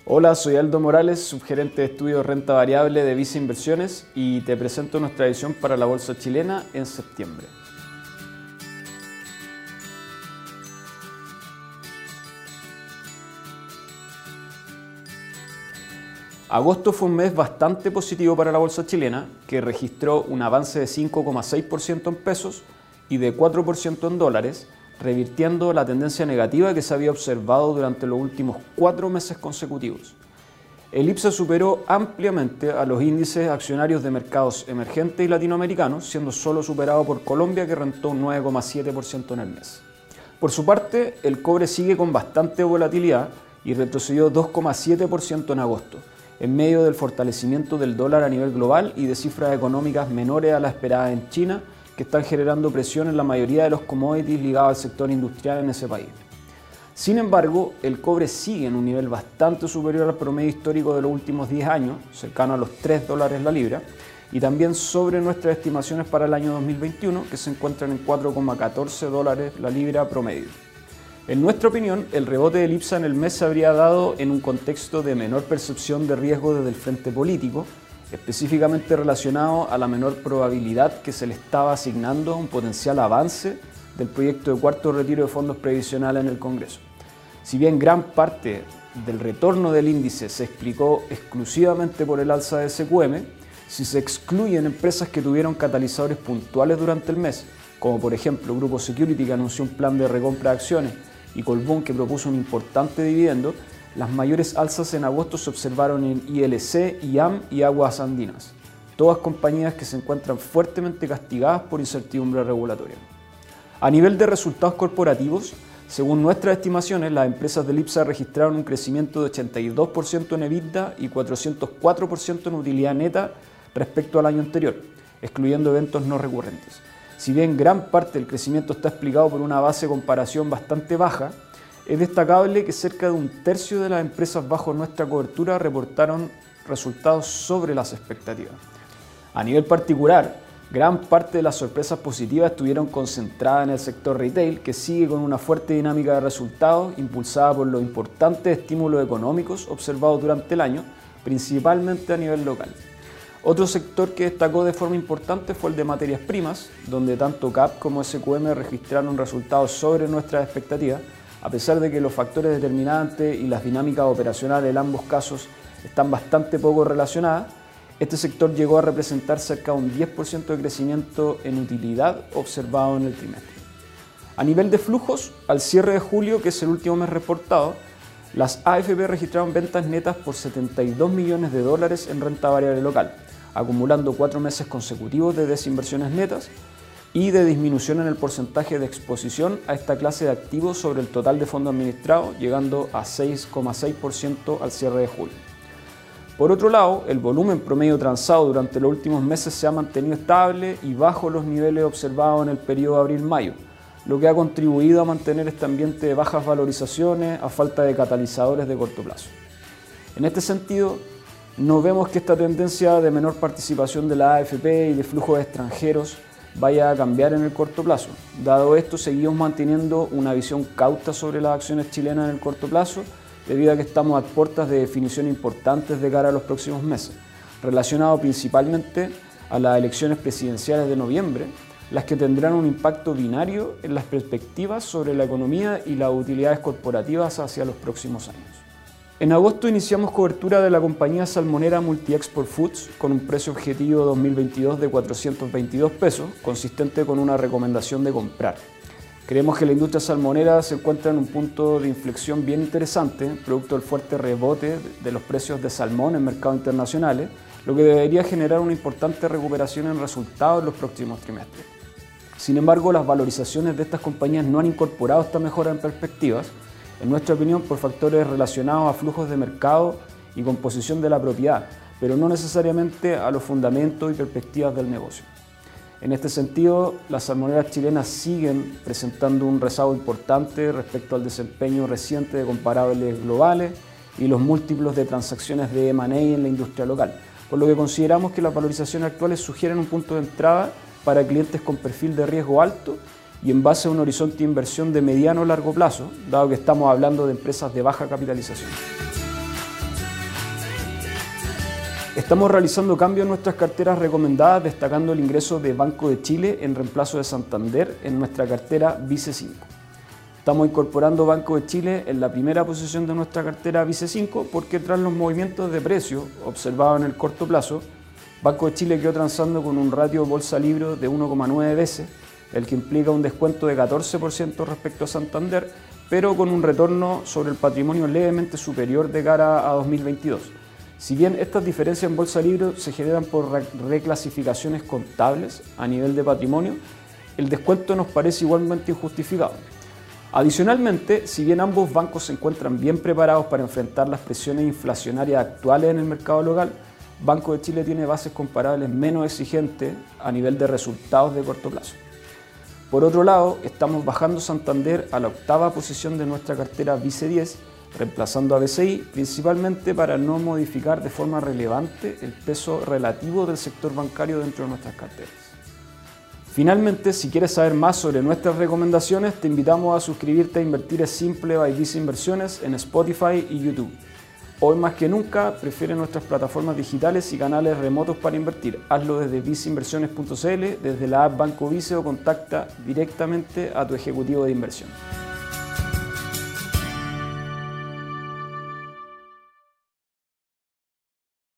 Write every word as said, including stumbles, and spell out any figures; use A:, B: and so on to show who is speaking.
A: Hola, soy Aldo Morales, subgerente de estudios renta variable de Visa Inversiones y te presento nuestra visión para la bolsa chilena en septiembre. Agosto fue un mes bastante positivo para la bolsa chilena, que registró un avance de cinco coma seis por ciento en pesos y de cuatro por ciento en dólares, revirtiendo la tendencia negativa que se había observado durante los últimos cuatro meses consecutivos. El I P S A superó ampliamente a los índices accionarios de mercados emergentes y latinoamericanos, siendo solo superado por Colombia, que rentó un nueve coma siete por ciento en el mes. Por su parte, el cobre sigue con bastante volatilidad y retrocedió dos coma siete por ciento en agosto, en medio del fortalecimiento del dólar a nivel global y de cifras económicas menores a las esperadas en China, que están generando presión en la mayoría de los commodities ligados al sector industrial en ese país. Sin embargo, el cobre sigue en un nivel bastante superior al promedio histórico de los últimos diez años, cercano a los tres dólares la libra, y también sobre nuestras estimaciones para el año dos mil veintiuno, que se encuentran en cuatro coma catorce dólares la libra promedio. En nuestra opinión, el rebote del I P S A en el mes se habría dado en un contexto de menor percepción de riesgo desde el frente político, específicamente relacionado a la menor probabilidad que se le estaba asignando a un potencial avance del proyecto de cuarto retiro de fondos previsionales en el Congreso. Si bien gran parte del retorno del índice se explicó exclusivamente por el alza de S Q M, si se excluyen empresas que tuvieron catalizadores puntuales durante el mes, como por ejemplo Grupo Security, que anunció un plan de recompra de acciones, y Colbún, que propuso un importante dividendo, las mayores alzas en agosto se observaron en I L C, I A M y Aguas Andinas, todas compañías que se encuentran fuertemente castigadas por incertidumbre regulatoria. A nivel de resultados corporativos, según nuestras estimaciones, las empresas del I P S A registraron un crecimiento de ochenta y dos por ciento en EBITDA y cuatrocientos cuatro por ciento en utilidad neta respecto al año anterior, excluyendo eventos no recurrentes. Si bien gran parte del crecimiento está explicado por una base de comparación bastante baja, es destacable que cerca de un tercio de las empresas bajo nuestra cobertura reportaron resultados sobre las expectativas. A nivel particular, gran parte de las sorpresas positivas estuvieron concentradas en el sector retail, que sigue con una fuerte dinámica de resultados impulsada por los importantes estímulos económicos observados durante el año, principalmente a nivel local. Otro sector que destacó de forma importante fue el de materias primas, donde tanto C A P como S Q M registraron resultados sobre nuestras expectativas, a pesar de que los factores determinantes y las dinámicas operacionales en ambos casos están bastante poco relacionadas. Este sector llegó a representar cerca de un diez por ciento de crecimiento en utilidad observado en el trimestre. A nivel de flujos, al cierre de julio, que es el último mes reportado, las A F P registraron ventas netas por setenta y dos millones de dólares en renta variable local, acumulando cuatro meses consecutivos de desinversiones netas y de disminución en el porcentaje de exposición a esta clase de activos sobre el total de fondos administrados, llegando a seis coma seis por ciento al cierre de julio. Por otro lado, el volumen promedio transado durante los últimos meses se ha mantenido estable y bajo los niveles observados en el periodo abril-mayo, lo que ha contribuido a mantener este ambiente de bajas valorizaciones a falta de catalizadores de corto plazo. En este sentido, no vemos que esta tendencia de menor participación de la A F P y de flujos extranjeros vaya a cambiar en el corto plazo. Dado esto, seguimos manteniendo una visión cauta sobre las acciones chilenas en el corto plazo, debido a que estamos a puertas de definición importantes de cara a los próximos meses, relacionados principalmente a las elecciones presidenciales de noviembre, las que tendrán un impacto binario en las perspectivas sobre la economía y las utilidades corporativas hacia los próximos años. En agosto iniciamos cobertura de la compañía salmonera Multi-Export Foods con un precio objetivo dos mil veintidós de cuatrocientos veintidós pesos, consistente con una recomendación de comprar. Creemos que la industria salmonera se encuentra en un punto de inflexión bien interesante, producto del fuerte rebote de los precios de salmón en mercados internacionales, lo que debería generar una importante recuperación en resultados en los próximos trimestres. Sin embargo, las valorizaciones de estas compañías no han incorporado esta mejora en perspectivas, en nuestra opinión por factores relacionados a flujos de mercado y composición de la propiedad, pero no necesariamente a los fundamentos y perspectivas del negocio. En este sentido, las salmoneras chilenas siguen presentando un rezago importante respecto al desempeño reciente de comparables globales y los múltiplos de transacciones de M and A en la industria local, por lo que consideramos que las valorizaciones actuales sugieren un punto de entrada para clientes con perfil de riesgo alto y en base a un horizonte de inversión de mediano o largo plazo, dado que estamos hablando de empresas de baja capitalización. Estamos realizando cambios en nuestras carteras recomendadas, destacando el ingreso de Banco de Chile en reemplazo de Santander en nuestra cartera Vice cinco. Estamos incorporando Banco de Chile en la primera posición de nuestra cartera Vice cinco porque tras los movimientos de precio observados en el corto plazo, Banco de Chile quedó transando con un ratio bolsa-libro de uno coma nueve veces, el que implica un descuento de catorce por ciento respecto a Santander, pero con un retorno sobre el patrimonio levemente superior de cara a dos mil veintidós. Si bien estas diferencias en bolsa libre se generan por reclasificaciones contables a nivel de patrimonio, el descuento nos parece igualmente injustificado. Adicionalmente, si bien ambos bancos se encuentran bien preparados para enfrentar las presiones inflacionarias actuales en el mercado local, Banco de Chile tiene bases comparables menos exigentes a nivel de resultados de corto plazo. Por otro lado, estamos bajando Santander a la octava posición de nuestra cartera Vice diez, reemplazando a B C I, principalmente para no modificar de forma relevante el peso relativo del sector bancario dentro de nuestras carteras. Finalmente, si quieres saber más sobre nuestras recomendaciones, te invitamos a suscribirte a Invertir es Simple by Vice Inversiones en Spotify y YouTube. Hoy más que nunca, prefiere nuestras plataformas digitales y canales remotos para invertir. Hazlo desde vice inversiones punto c l, desde la app Banco Vice o contacta directamente a tu ejecutivo de inversión.